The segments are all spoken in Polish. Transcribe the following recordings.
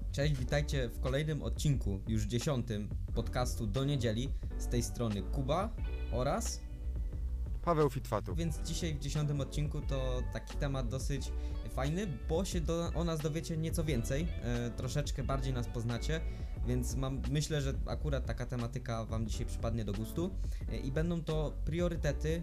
Cześć, witajcie w kolejnym odcinku, już 10. podcastu do niedzieli. Z tej strony Kuba oraz... Paweł Fitwatu. Więc dzisiaj w 10. odcinku to taki temat dosyć fajny, bo się o nas dowiecie nieco więcej, troszeczkę bardziej nas poznacie, więc myślę, że akurat taka tematyka wam dzisiaj przypadnie do gustu i będą to priorytety,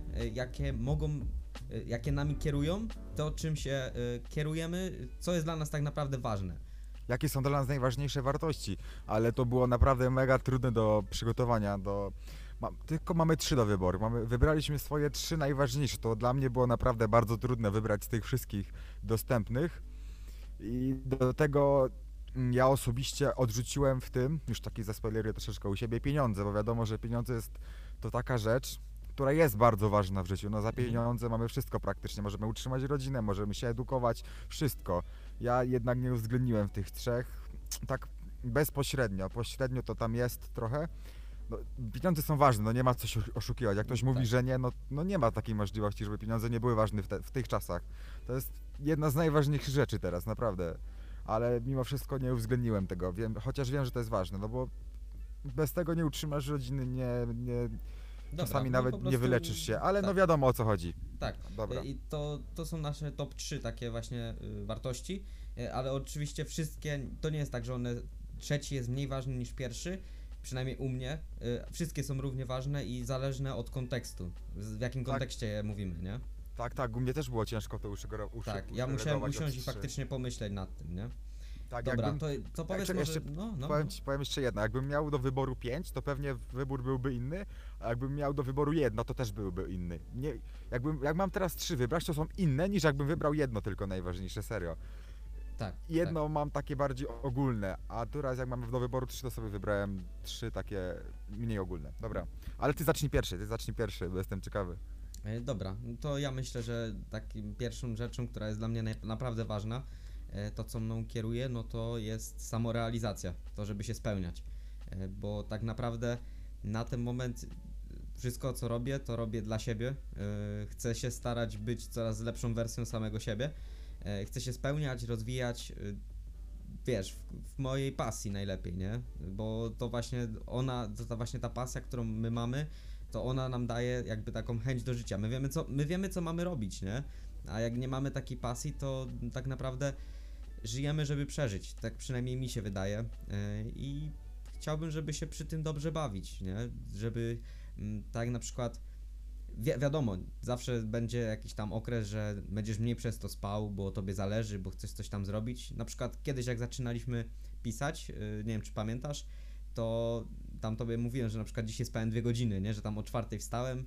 jakie nami kierują, to czym się kierujemy, co jest dla nas tak naprawdę ważne. Jakie są dla nas najważniejsze wartości, ale to było naprawdę mega trudne do przygotowania, tylko mamy 3 do wyboru. Wybraliśmy swoje 3 najważniejsze. To dla mnie było naprawdę bardzo trudne wybrać z tych wszystkich dostępnych. I do tego ja osobiście odrzuciłem w tym, już taki zaspoileruję troszeczkę u siebie, pieniądze, bo wiadomo, że pieniądze to taka rzecz, która jest bardzo ważna w życiu. No za pieniądze mamy wszystko praktycznie. Możemy utrzymać rodzinę, możemy się edukować, wszystko. Ja jednak nie uwzględniłem w tych 3, tak bezpośrednio. Pośrednio to tam jest trochę. No, pieniądze są ważne, no nie ma co się oszukiwać. Jak ktoś mówi, że nie, no nie ma takiej możliwości, żeby pieniądze nie były ważne w tych czasach. To jest jedna z najważniejszych rzeczy teraz, naprawdę. Ale mimo wszystko nie uwzględniłem tego, chociaż wiem, że to jest ważne, no bo bez tego nie utrzymasz rodziny, czasami Dobra, nawet nie wyleczysz się, ale tak. No wiadomo o co chodzi. Tak, dobra. I to są nasze top 3 takie właśnie wartości, ale oczywiście wszystkie, to nie jest tak, że trzeci jest mniej ważny niż pierwszy, przynajmniej u mnie, wszystkie są równie ważne i zależne od kontekstu, w jakim kontekście je mówimy, nie? Tak, u mnie też było ciężko to Tak, ja musiałem usiąść i faktycznie pomyśleć nad tym, nie? Tak, dobra, to powiedz może... Jeszcze, powiem jeszcze jedno, jakbym miał do wyboru 5, to pewnie wybór byłby inny, a jakbym miał do wyboru 1, to też byłby inny. Jak mam teraz 3 wybrać, to są inne niż jakbym wybrał jedno tylko najważniejsze, serio. Tak. Jedno mam takie bardziej ogólne, a teraz jak mam do wyboru 3, to sobie wybrałem 3 takie mniej ogólne. Dobra, ale ty zacznij pierwszy, bo jestem ciekawy. Dobra, to ja myślę, że takim pierwszą rzeczą, która jest dla mnie naprawdę ważna, to co mną kieruje, no to jest samorealizacja, to żeby się spełniać, bo tak naprawdę na ten moment wszystko co robię, to robię dla siebie, chcę się starać być coraz lepszą wersją samego siebie, chcę się spełniać, rozwijać, wiesz, w mojej pasji najlepiej, nie, bo to właśnie ta pasja, którą my mamy, to ona nam daje jakby taką chęć do życia, my wiemy co mamy robić, nie, a jak nie mamy takiej pasji, to tak naprawdę żyjemy, żeby przeżyć, tak przynajmniej mi się wydaje i chciałbym, żeby się przy tym dobrze bawić, nie? Żeby tak na przykład, wiadomo, zawsze będzie jakiś tam okres, że będziesz mniej przez to spał, bo tobie zależy, bo chcesz coś tam zrobić, na przykład kiedyś jak zaczynaliśmy pisać, nie wiem czy pamiętasz, to tam tobie mówiłem, że na przykład dzisiaj spałem 2 godziny, nie? Że tam o 4 wstałem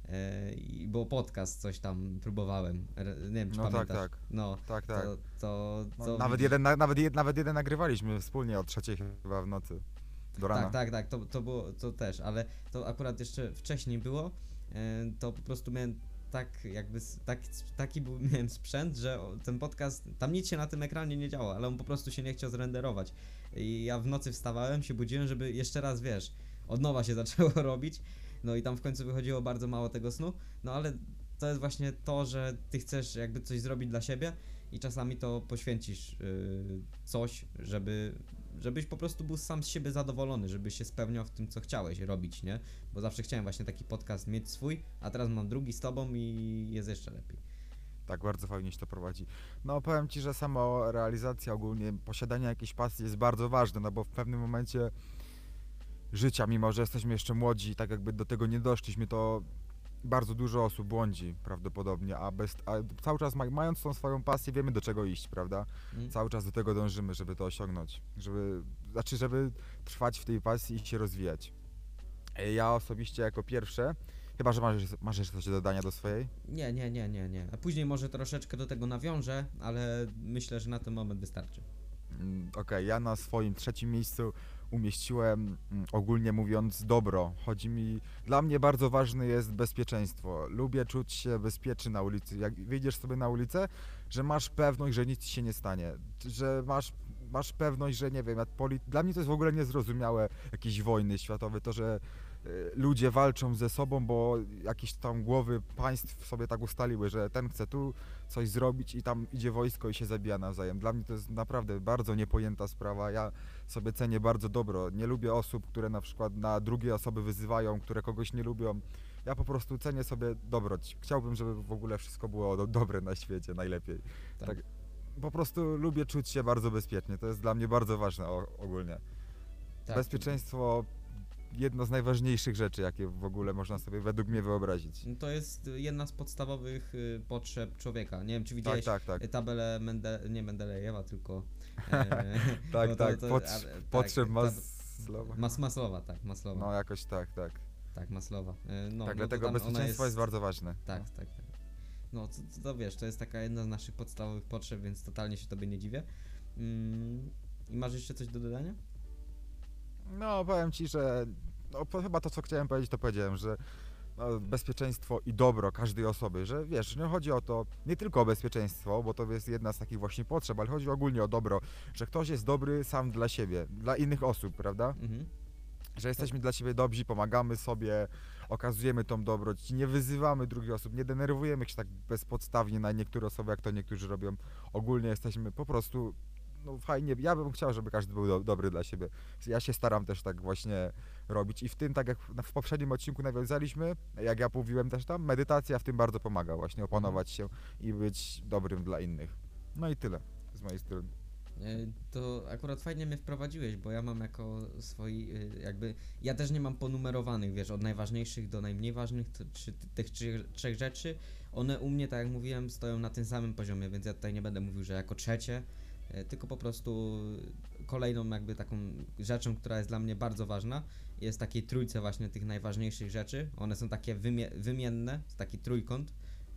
i było podcast, coś tam próbowałem, nie wiem czy pamiętasz. Tak. No, tak. Nawet jeden nagrywaliśmy wspólnie o 3 chyba w nocy do rana. Tak, to było, to też, ale to akurat jeszcze wcześniej było, to po prostu miałem miałem sprzęt, że ten podcast, tam nic się na tym ekranie nie działo, ale on po prostu się nie chciał zrenderować i ja w nocy wstawałem, się budziłem, żeby jeszcze raz, wiesz, od nowa się zaczęło robić, no i tam w końcu wychodziło bardzo mało tego snu, no ale to jest właśnie to, że ty chcesz jakby coś zrobić dla siebie i czasami to poświęcisz coś, żebyś po prostu był sam z siebie zadowolony, żebyś się spełniał w tym, co chciałeś robić, nie? Bo zawsze chciałem właśnie taki podcast mieć swój, a teraz mam drugi z tobą i jest jeszcze lepiej. Tak, bardzo fajnie się to prowadzi. No powiem ci, że samorealizacja ogólnie, posiadanie jakiejś pasji jest bardzo ważne, no bo w pewnym momencie życia, mimo że jesteśmy jeszcze młodzi, tak jakby do tego nie doszliśmy, to bardzo dużo osób błądzi prawdopodobnie, a cały czas mając tą swoją pasję wiemy do czego iść, prawda? Cały czas do tego dążymy, żeby to osiągnąć, żeby trwać w tej pasji i się rozwijać. Ja osobiście jako pierwsze, chyba że masz jeszcze coś do dodania do swojej? Nie. A później może troszeczkę do tego nawiążę, ale myślę, że na ten moment wystarczy. Okej, ja na swoim 3. miejscu umieściłem, ogólnie mówiąc, dobro. Dla mnie bardzo ważne jest bezpieczeństwo. Lubię czuć się bezpiecznie na ulicy. Jak wyjdziesz sobie na ulicę, że masz pewność, że nic ci się nie stanie. Że masz pewność, że nie wiem, dla mnie to jest w ogóle niezrozumiałe, jakieś wojny światowe, to, że ludzie walczą ze sobą, bo jakieś tam głowy państw sobie tak ustaliły, że ten chce tu coś zrobić i tam idzie wojsko i się zabija nawzajem. Dla mnie to jest naprawdę bardzo niepojęta sprawa. Ja sobie cenię bardzo dobro. Nie lubię osób, które na przykład na drugie osoby wyzywają, które kogoś nie lubią. Ja po prostu cenię sobie dobroć. Chciałbym, żeby w ogóle wszystko było dobre na świecie, najlepiej. Tak. Tak. Po prostu lubię czuć się bardzo bezpiecznie. To jest dla mnie bardzo ważne ogólnie. Tak. Bezpieczeństwo jedno z najważniejszych rzeczy, jakie w ogóle można sobie według mnie wyobrazić. To jest jedna z podstawowych potrzeb człowieka. Nie wiem, czy Tak, widziałeś tak, tak. tabelę nie Mendelejewa, tylko... Tak, bo tak. Potrzeb tak, Maslowa. Maslowa, tak, Maslowa. No jakoś tak, tak. Tak, Maslowa. No, Tak, no to dlatego tam ona bezpieczeństwo jest bardzo ważne. Tak, tak, tak. No to wiesz, to jest taka jedna z naszych podstawowych potrzeb, więc totalnie się tobie nie dziwię. I masz jeszcze coś do dodania? No, powiem ci, że chyba to, co chciałem powiedzieć, to powiedziałem, że bezpieczeństwo i dobro każdej osoby, że wiesz, nie chodzi o to, nie tylko o bezpieczeństwo, bo to jest jedna z takich właśnie potrzeb, ale chodzi ogólnie o dobro, że ktoś jest dobry sam dla siebie, dla innych osób, prawda? Mhm. Że jesteśmy dla siebie dobrzy, pomagamy sobie, okazujemy tą dobroć, nie wyzywamy drugich osób, nie denerwujemy się tak bezpodstawnie na niektóre osoby, jak to niektórzy robią. Ogólnie jesteśmy po prostu, no fajnie, ja bym chciał, żeby każdy był dobry dla siebie. Ja się staram też tak właśnie robić i w tym, tak jak w poprzednim odcinku nawiązaliśmy, jak ja mówiłem też tam, medytacja w tym bardzo pomaga właśnie opanować się i być dobrym dla innych. No i tyle z mojej strony. To akurat fajnie mnie wprowadziłeś, bo ja mam jako swoi, jakby, ja też nie mam ponumerowanych, wiesz, od najważniejszych do najmniej ważnych, tych trzech rzeczy, one u mnie, tak jak mówiłem, stoją na tym samym poziomie, więc ja tutaj nie będę mówił, że jako trzecie, tylko po prostu kolejną jakby taką rzeczą, która jest dla mnie bardzo ważna, jest takiej trójce właśnie tych najważniejszych rzeczy, one są takie wymienne, taki trójkąt,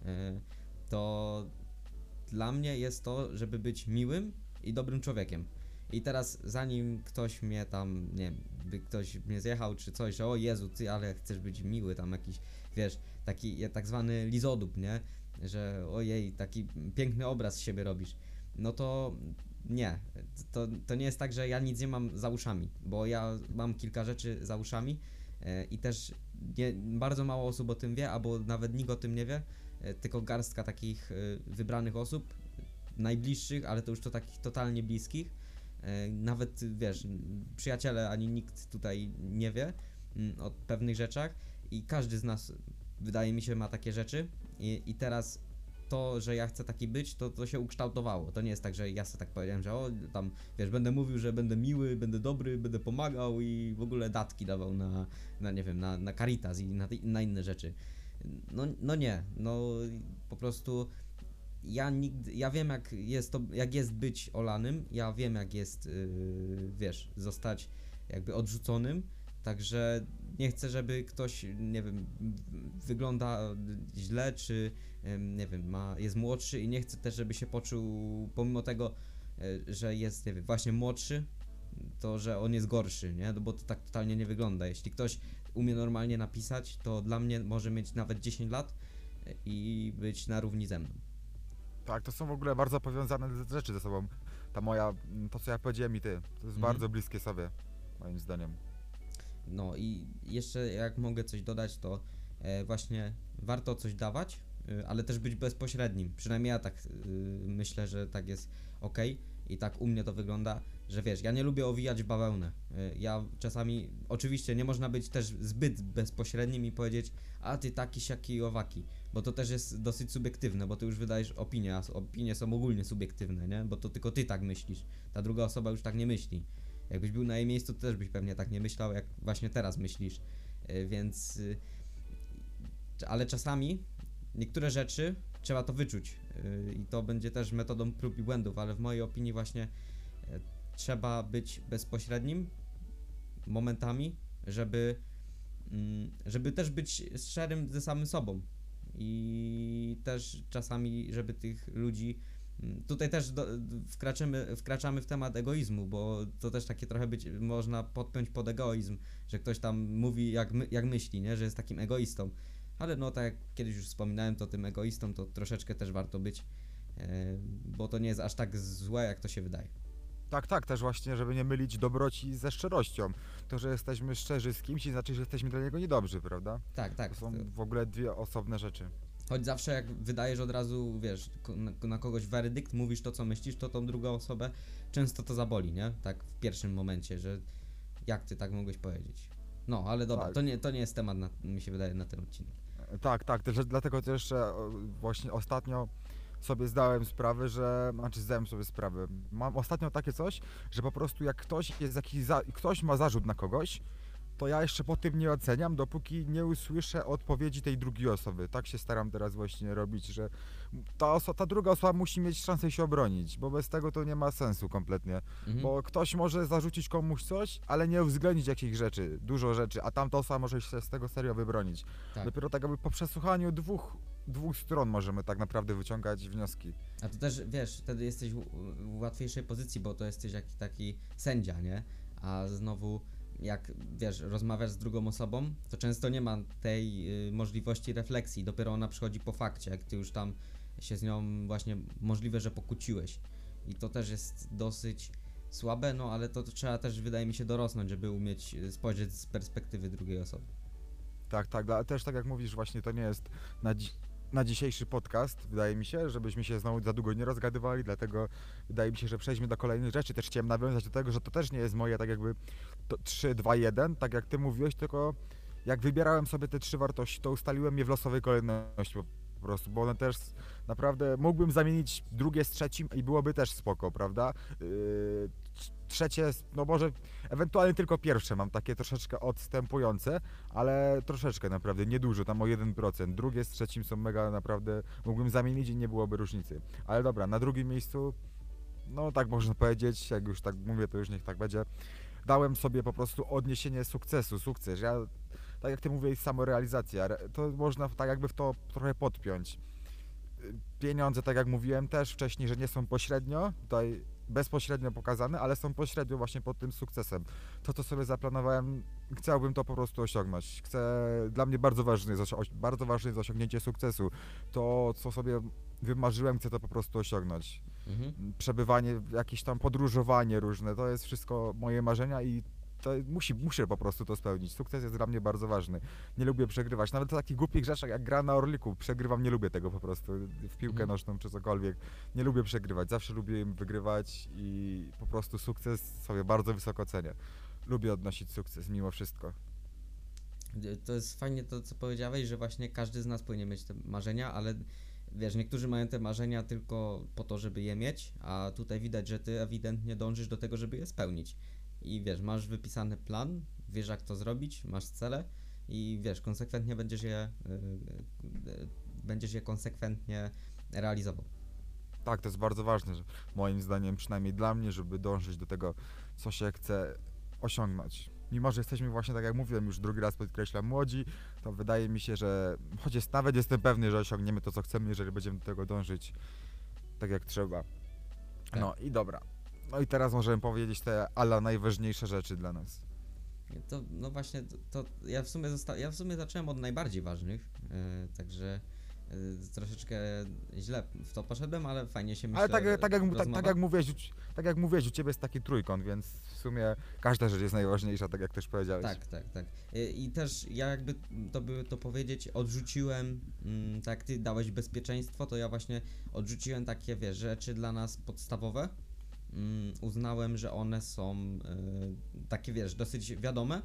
to dla mnie jest to, żeby być miłym i dobrym człowiekiem. I teraz zanim ktoś mnie tam, nie wiem, by ktoś mnie zjechał czy coś, że o Jezu, ty, ale chcesz być miły, tam jakiś, wiesz, taki tak zwany lizodup, nie? Że ojej, taki piękny obraz z siebie robisz. No to nie, to nie jest tak, że ja nic nie mam za uszami, bo ja mam kilka rzeczy za uszami i też bardzo mało osób o tym wie, albo nawet nikt o tym nie wie, tylko garstka takich wybranych osób, najbliższych, ale to już to takich totalnie bliskich. Nawet wiesz, przyjaciele ani nikt tutaj nie wie o pewnych rzeczach i każdy z nas, wydaje mi się, ma takie rzeczy i teraz to, że ja chcę taki być, to się ukształtowało. To nie jest tak, że ja sobie tak powiedziałem, że o, tam, wiesz, będę mówił, że będę miły, będę dobry, będę pomagał i w ogóle datki dawał na nie wiem, na Caritas i na inne rzeczy. No nie, no po prostu ja wiem jak jest być olanym, ja wiem jak jest, wiesz, zostać jakby odrzuconym, także nie chcę, żeby ktoś, nie wiem, wygląda źle, czy nie wiem, jest młodszy i nie chcę też, żeby się poczuł, pomimo tego, że jest, nie wiem, właśnie młodszy, to, że on jest gorszy, nie, no bo to tak totalnie nie wygląda. Jeśli ktoś umie normalnie napisać, to dla mnie może mieć nawet 10 lat i być na równi ze mną. Tak, to są w ogóle bardzo powiązane rzeczy ze sobą. To co ja powiedziałem i ty, to jest bardzo bliskie sobie, moim zdaniem. No i jeszcze jak mogę coś dodać, to właśnie warto coś dawać, ale też być bezpośrednim. Przynajmniej ja tak myślę, że tak jest ok i tak u mnie to wygląda, że wiesz, ja nie lubię owijać w bawełnę. Ja czasami, oczywiście nie można być też zbyt bezpośrednim i powiedzieć, a ty taki, siaki i owaki, bo to też jest dosyć subiektywne, bo ty już wydajesz opinię, a opinie są ogólnie subiektywne, nie? Bo to tylko ty tak myślisz, ta druga osoba już tak nie myśli. Jakbyś był na jej miejscu, to też byś pewnie tak nie myślał, jak właśnie teraz myślisz, więc... Ale czasami niektóre rzeczy trzeba to wyczuć i to będzie też metodą prób i błędów, ale w mojej opinii właśnie trzeba być bezpośrednim momentami, żeby też być szczerym ze samym sobą i też czasami, żeby tych ludzi tutaj też wkraczamy w temat egoizmu, bo to też takie trochę można podpiąć pod egoizm, że ktoś tam mówi jak myśli, nie? Że jest takim egoistą, ale no tak jak kiedyś już wspominałem, to tym egoistą to troszeczkę też warto być, bo to nie jest aż tak złe, jak to się wydaje. Tak, tak, też właśnie, żeby nie mylić dobroci ze szczerością. To, że jesteśmy szczerzy z kimś, nie znaczy, że jesteśmy dla niego niedobrzy, prawda? Tak, To tak. są w ogóle dwie osobne rzeczy. Choć zawsze jak wydajesz od razu, wiesz, na kogoś werydykt, mówisz to, co myślisz, to tą drugą osobę często to zaboli, nie? Tak w pierwszym momencie, że jak ty tak mogłeś powiedzieć. No, ale dobra, Tak. to nie jest temat, mi się wydaje, na ten odcinek. Tak, tak, też, dlatego też właśnie ostatnio sobie zdałem sprawę, znaczy zdałem sobie sprawę, mam ostatnio takie coś, że po prostu jak ktoś jest jakiś, ktoś ma zarzut na kogoś, to ja jeszcze po tym nie oceniam, dopóki nie usłyszę odpowiedzi tej drugiej osoby. Tak się staram teraz właśnie robić, że ta druga osoba musi mieć szansę się obronić, bo bez tego to nie ma sensu kompletnie. Mhm. Bo ktoś może zarzucić komuś coś, ale nie uwzględnić jakichś rzeczy, dużo rzeczy, a tamta osoba może się z tego serio wybronić. Tak. Dopiero tak jakby po przesłuchaniu dwóch stron możemy tak naprawdę wyciągać wnioski. A to też, wiesz, wtedy jesteś w łatwiejszej pozycji, bo to jesteś jakiś taki sędzia, nie? A znowu, jak, wiesz, rozmawiasz z drugą osobą, to często nie ma tej możliwości refleksji, dopiero ona przychodzi po fakcie, jak ty już tam się z nią właśnie możliwe, że pokłóciłeś. I to też jest dosyć słabe, no ale to trzeba też, wydaje mi się, dorosnąć, żeby umieć spojrzeć z perspektywy drugiej osoby. Tak, tak, ale też tak jak mówisz, właśnie to nie jest na dzisiejszy podcast, wydaje mi się, żebyśmy się znowu za długo nie rozgadywali, dlatego wydaje mi się, że przejdźmy do kolejnych rzeczy. Też chciałem nawiązać do tego, że to też nie jest moje tak jakby 3, 2, 1, tak jak ty mówiłeś, tylko jak wybierałem sobie te 3 wartości, to ustaliłem je w losowej kolejności po prostu, bo one też naprawdę mógłbym zamienić drugie z trzecim i byłoby też spoko, prawda? Trzecie, no może ewentualnie tylko pierwsze mam takie troszeczkę odstępujące, ale troszeczkę naprawdę, niedużo, tam o 1%. Drugie z trzecim są mega naprawdę, mógłbym zamienić i nie byłoby różnicy. Ale dobra, na drugim miejscu, no tak można powiedzieć, jak już tak mówię, to już niech tak będzie. Dałem sobie po prostu odniesienie sukcesu, sukces. Ja, tak jak ty mówiłeś, samorealizacja, to można tak jakby w to trochę podpiąć. Pieniądze, tak jak mówiłem też wcześniej, że nie są pośrednio tutaj bezpośrednio pokazane, ale są pośrednio właśnie pod tym sukcesem. To, co sobie zaplanowałem, chciałbym to po prostu osiągnąć. Dla mnie bardzo ważne jest osiągnięcie sukcesu. To, co sobie wymarzyłem, chcę to po prostu osiągnąć. Mhm. Przebywanie, jakieś tam podróżowanie różne, to jest wszystko moje marzenia i to muszę po prostu to spełnić. Sukces jest dla mnie bardzo ważny. Nie lubię przegrywać. Nawet w takich głupich rzeczach jak gra na Orliku. Przegrywam, nie lubię tego po prostu. W piłkę nożną czy cokolwiek. Nie lubię przegrywać. Zawsze lubię wygrywać i po prostu sukces sobie bardzo wysoko cenię. Lubię odnosić sukces mimo wszystko. To jest fajnie to, co powiedziałeś, że właśnie każdy z nas powinien mieć te marzenia, ale wiesz, niektórzy mają te marzenia tylko po to, żeby je mieć, a tutaj widać, że ty ewidentnie dążysz do tego, żeby je spełnić. I wiesz, masz wypisany plan, wiesz jak to zrobić, masz cele i wiesz, konsekwentnie będziesz je konsekwentnie realizował. Tak, to jest bardzo ważne, że moim zdaniem, przynajmniej dla mnie, żeby dążyć do tego, co się chce osiągnąć. Mimo że jesteśmy właśnie, tak jak mówiłem, już drugi raz podkreślam, młodzi, to wydaje mi się, że nawet jestem pewny, że osiągniemy to, co chcemy, jeżeli będziemy do tego dążyć tak jak trzeba. Tak. No i dobra. No i teraz możemy powiedzieć te najważniejsze rzeczy dla nas. To, no właśnie, to ja w sumie zacząłem od najbardziej ważnych, także troszeczkę źle w to poszedłem, ale fajnie się myślę. Ale rozmowa. tak jak mówiłeś, u ciebie jest taki trójkąt, więc w sumie każda rzecz jest najważniejsza, tak jak też powiedziałeś. Tak. I też ja jakby to powiedzieć, odrzuciłem, tak jak ty dałeś bezpieczeństwo, to ja właśnie odrzuciłem takie, wiesz, rzeczy dla nas podstawowe. Uznałem, że one są takie, wiesz, dosyć wiadome.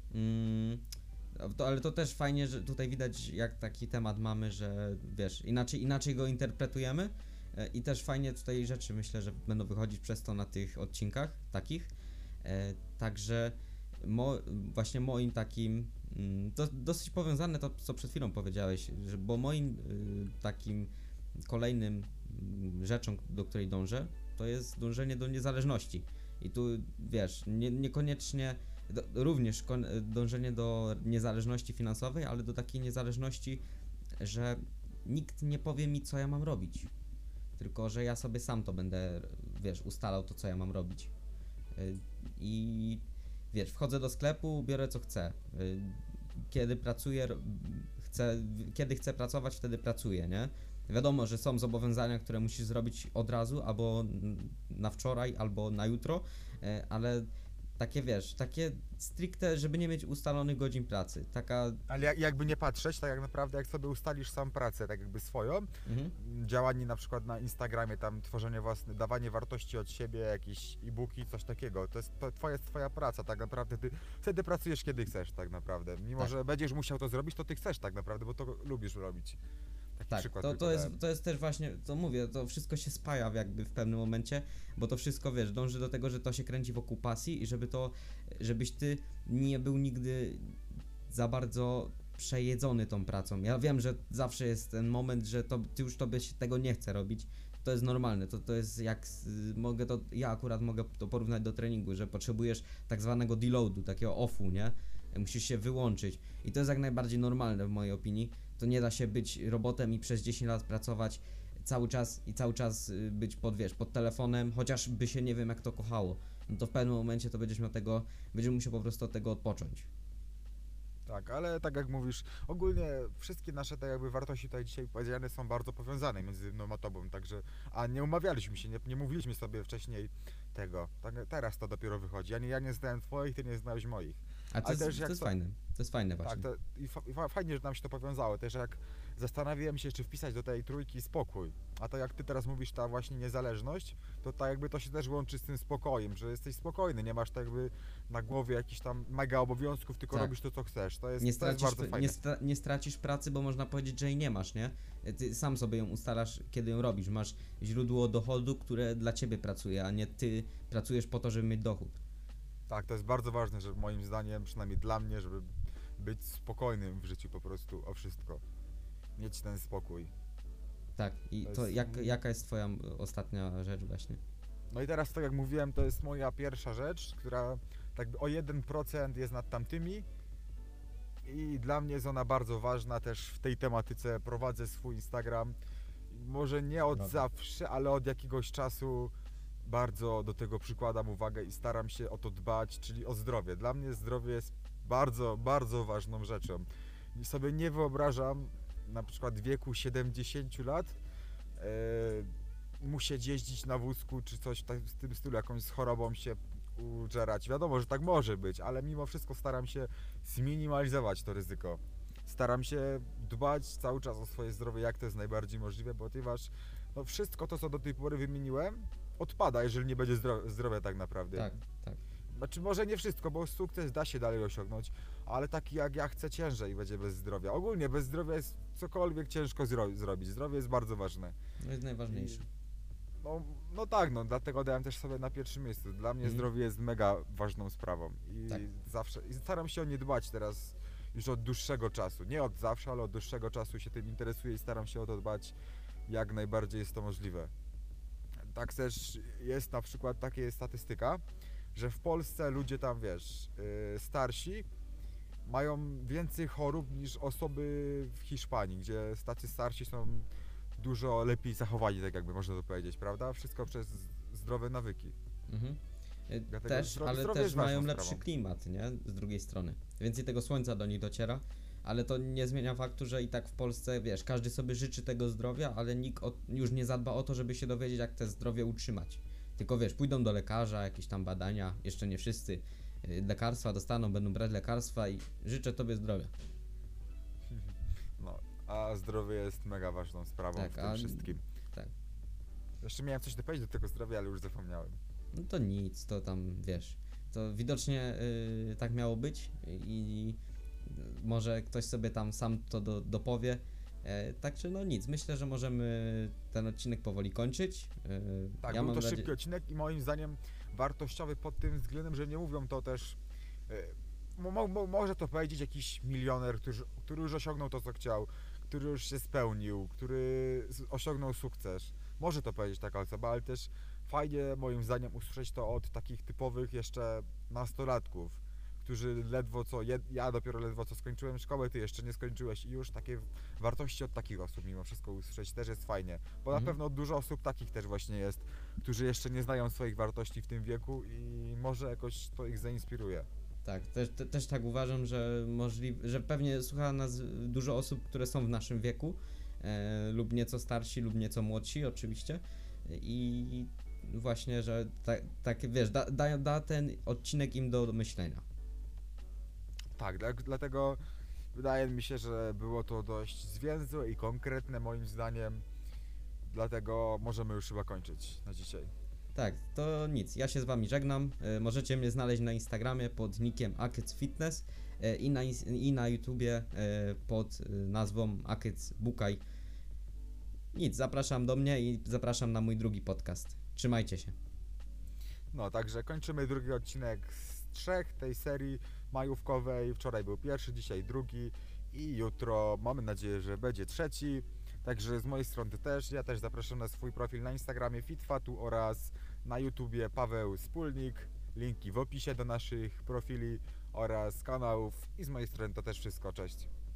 Ale to też fajnie, że tutaj widać, jak taki temat mamy, że wiesz, inaczej go interpretujemy. I też fajnie tutaj rzeczy, myślę, że będą wychodzić przez to na tych odcinkach takich. Także właśnie moim takim, to dosyć powiązane to, co przed chwilą powiedziałeś, bo moim takim kolejnym rzeczą, do której dążę, to jest dążenie do niezależności. I tu wiesz, niekoniecznie również dążenie do niezależności finansowej, ale do takiej niezależności, że nikt nie powie mi, co ja mam robić. Tylko że ja sobie sam to będę, wiesz, ustalał to, co ja mam robić. I wiesz, wchodzę do sklepu, biorę co chcę. Kiedy pracuję, kiedy chcę pracować, wtedy pracuję, nie? Wiadomo, że są zobowiązania, które musisz zrobić od razu, albo na wczoraj, albo na jutro, ale takie wiesz, takie stricte, żeby nie mieć ustalonych godzin pracy. Taka. Ale jakby nie patrzeć, tak jak naprawdę jak sobie ustalisz sam pracę, tak jakby swoją, Mhm. działanie na przykład na Instagramie, tam tworzenie własne, dawanie wartości od siebie, jakieś e-booki, coś takiego, to jest twoja praca, tak naprawdę ty wtedy pracujesz kiedy chcesz tak naprawdę, mimo Tak. że będziesz musiał to zrobić, to ty chcesz tak naprawdę, bo to lubisz robić. Taki Tak, przykład to, tylko to, jest, dałem. to jest też właśnie, to mówię, to wszystko się spaja jakby w pewnym momencie, bo to wszystko, wiesz, dąży do tego, że to się kręci wokół pasji i żebyś ty nie był nigdy za bardzo przejedzony tą pracą. Ja wiem, że zawsze jest ten moment, że ty już tobie się tego nie chce robić. To jest normalne, to jest jak, ja akurat mogę to porównać do treningu, że potrzebujesz tak zwanego deloadu, takiego offu, nie? Musisz się wyłączyć i to jest jak najbardziej normalne w mojej opinii. To nie da się być robotem i przez 10 lat pracować cały czas być pod telefonem, chociażby się nie wiem jak to kochało. No to w pewnym momencie to będziesz musiał po prostu od tego odpocząć. Tak, ale tak jak mówisz, ogólnie wszystkie nasze tak jakby wartości tutaj dzisiaj powiedziane są bardzo powiązane między mną a tobą, także, a nie umawialiśmy się, nie mówiliśmy sobie wcześniej tego, tak, teraz to dopiero wychodzi, ja nie znałem twoich, ty nie znałeś moich. A to Ale jest, też jak to jest to- fajne, to jest fajne Tak, właśnie. fajnie, że nam się to powiązało, też jak zastanawiałem się, czy wpisać do tej trójki spokój, a to jak ty teraz mówisz, ta właśnie niezależność, to tak jakby to się też łączy z tym spokojem, że jesteś spokojny, nie masz tak jakby na głowie jakichś tam mega obowiązków, tylko Tak. robisz to, co chcesz, to jest, Nie to jest stracisz, bardzo fajne. nie stracisz pracy, bo można powiedzieć, że jej nie masz, nie? Ty sam sobie ją ustalasz, kiedy ją robisz. Masz źródło dochodu, które dla ciebie pracuje, a nie ty pracujesz po to, żeby mieć dochód. Tak, to jest bardzo ważne, że moim zdaniem, przynajmniej dla mnie, żeby być spokojnym w życiu po prostu o wszystko. Mieć ten spokój. Tak, i To to jest- jaka jest twoja ostatnia rzecz właśnie? No i teraz, tak jak mówiłem, to jest moja pierwsza rzecz, która tak by o 1% jest nad tamtymi i dla mnie jest ona bardzo ważna też w tej tematyce. Prowadzę swój Instagram, może nie od Brawo. zawsze, ale od jakiegoś czasu bardzo do tego przykładam uwagę i staram się o to dbać, czyli o zdrowie. Dla mnie zdrowie jest bardzo, bardzo ważną rzeczą. I sobie nie wyobrażam na przykład w wieku 70 lat musieć jeździć na wózku czy coś w tym stylu, jakąś chorobą się użerać. Wiadomo, że tak może być, ale mimo wszystko staram się zminimalizować to ryzyko. Staram się dbać cały czas o swoje zdrowie, jak to jest najbardziej możliwe, ponieważ no wszystko to, co do tej pory wymieniłem, odpada, jeżeli nie będzie zdrowia tak naprawdę. Tak, tak. Znaczy może nie wszystko, bo sukces da się dalej osiągnąć, ale taki jak ja chcę ciężej będzie bez zdrowia. Ogólnie bez zdrowia jest cokolwiek ciężko zrobić. Zdrowie jest bardzo ważne. To jest najważniejsze. No tak, no dlatego dałem też sobie na pierwszym miejscu. Dla mnie Mhm. zdrowie jest mega ważną sprawą i Tak. zawsze i staram się o nie dbać teraz już od dłuższego czasu. Nie od zawsze, ale od dłuższego czasu się tym interesuję i staram się o to dbać jak najbardziej jest to możliwe. Tak też jest na przykład taka jest statystyka, że w Polsce ludzie tam, wiesz, starsi mają więcej chorób niż osoby w Hiszpanii, gdzie tacy starsi są dużo lepiej zachowani, tak jakby można to powiedzieć, prawda? Wszystko przez zdrowe nawyki. Mhm. Dlatego Też, ale zdrowie też jest ważną mają lepszy sprawą. klimat, nie? Z drugiej strony. Więcej tego słońca do nich dociera, ale to nie zmienia faktu, że i tak w Polsce, wiesz, każdy sobie życzy tego zdrowia, ale nikt już nie zadba o to, żeby się dowiedzieć, jak te zdrowie utrzymać. Tylko wiesz, pójdą do lekarza, jakieś tam badania, jeszcze nie wszyscy, lekarstwa dostaną, będą brać lekarstwa i życzę tobie zdrowia. No, a zdrowie jest mega ważną sprawą Tak, w tym a- wszystkim. tak. Jeszcze miałem coś dopowiedzieć do tego zdrowia, ale już zapomniałem. No to nic, to tam, wiesz, to widocznie tak miało być i może ktoś sobie tam sam to dopowie. Także no nic, myślę, że możemy ten odcinek powoli kończyć. Tak, Ja był mam to nadzie- szybki odcinek i moim zdaniem wartościowy pod tym względem, że nie mówią to też. Może to powiedzieć jakiś milioner, który już osiągnął to, co chciał, który już się spełnił, który osiągnął sukces. Może to powiedzieć taka osoba, ale też fajnie moim zdaniem usłyszeć to od takich typowych jeszcze nastolatków, którzy ledwo co, ja dopiero ledwo co skończyłem szkołę, ty jeszcze nie skończyłeś i już takie wartości od takich osób mimo wszystko usłyszeć też jest fajnie, bo na Mhm. pewno dużo osób takich też właśnie jest, którzy jeszcze nie znają swoich wartości w tym wieku i może jakoś to ich zainspiruje. Tak, też tak uważam, że że pewnie słucha nas dużo osób, które są w naszym wieku lub nieco starsi, lub nieco młodsi oczywiście. I właśnie, że tak wiesz, da ten odcinek im do myślenia. Tak, dlatego wydaje mi się, że było to dość zwięzłe i konkretne moim zdaniem. Dlatego możemy już chyba kończyć na dzisiaj. Tak, to nic, ja się z wami żegnam. Możecie mnie znaleźć na Instagramie pod nickiem Akyc Fitness i na YouTubie pod nazwą Akyc Bukaj. Nic, zapraszam do mnie i zapraszam na mój drugi podcast. Trzymajcie się. No, także kończymy drugi odcinek z 3 tej serii majówkowej. Wczoraj był pierwszy, dzisiaj drugi i jutro mamy nadzieję, że będzie trzeci. Także z mojej strony też, ja też zapraszam na swój profil na Instagramie Fitfatu oraz na YouTubie Paweł Wspólnik. Linki w opisie do naszych profili oraz kanałów i z mojej strony to też wszystko. Cześć.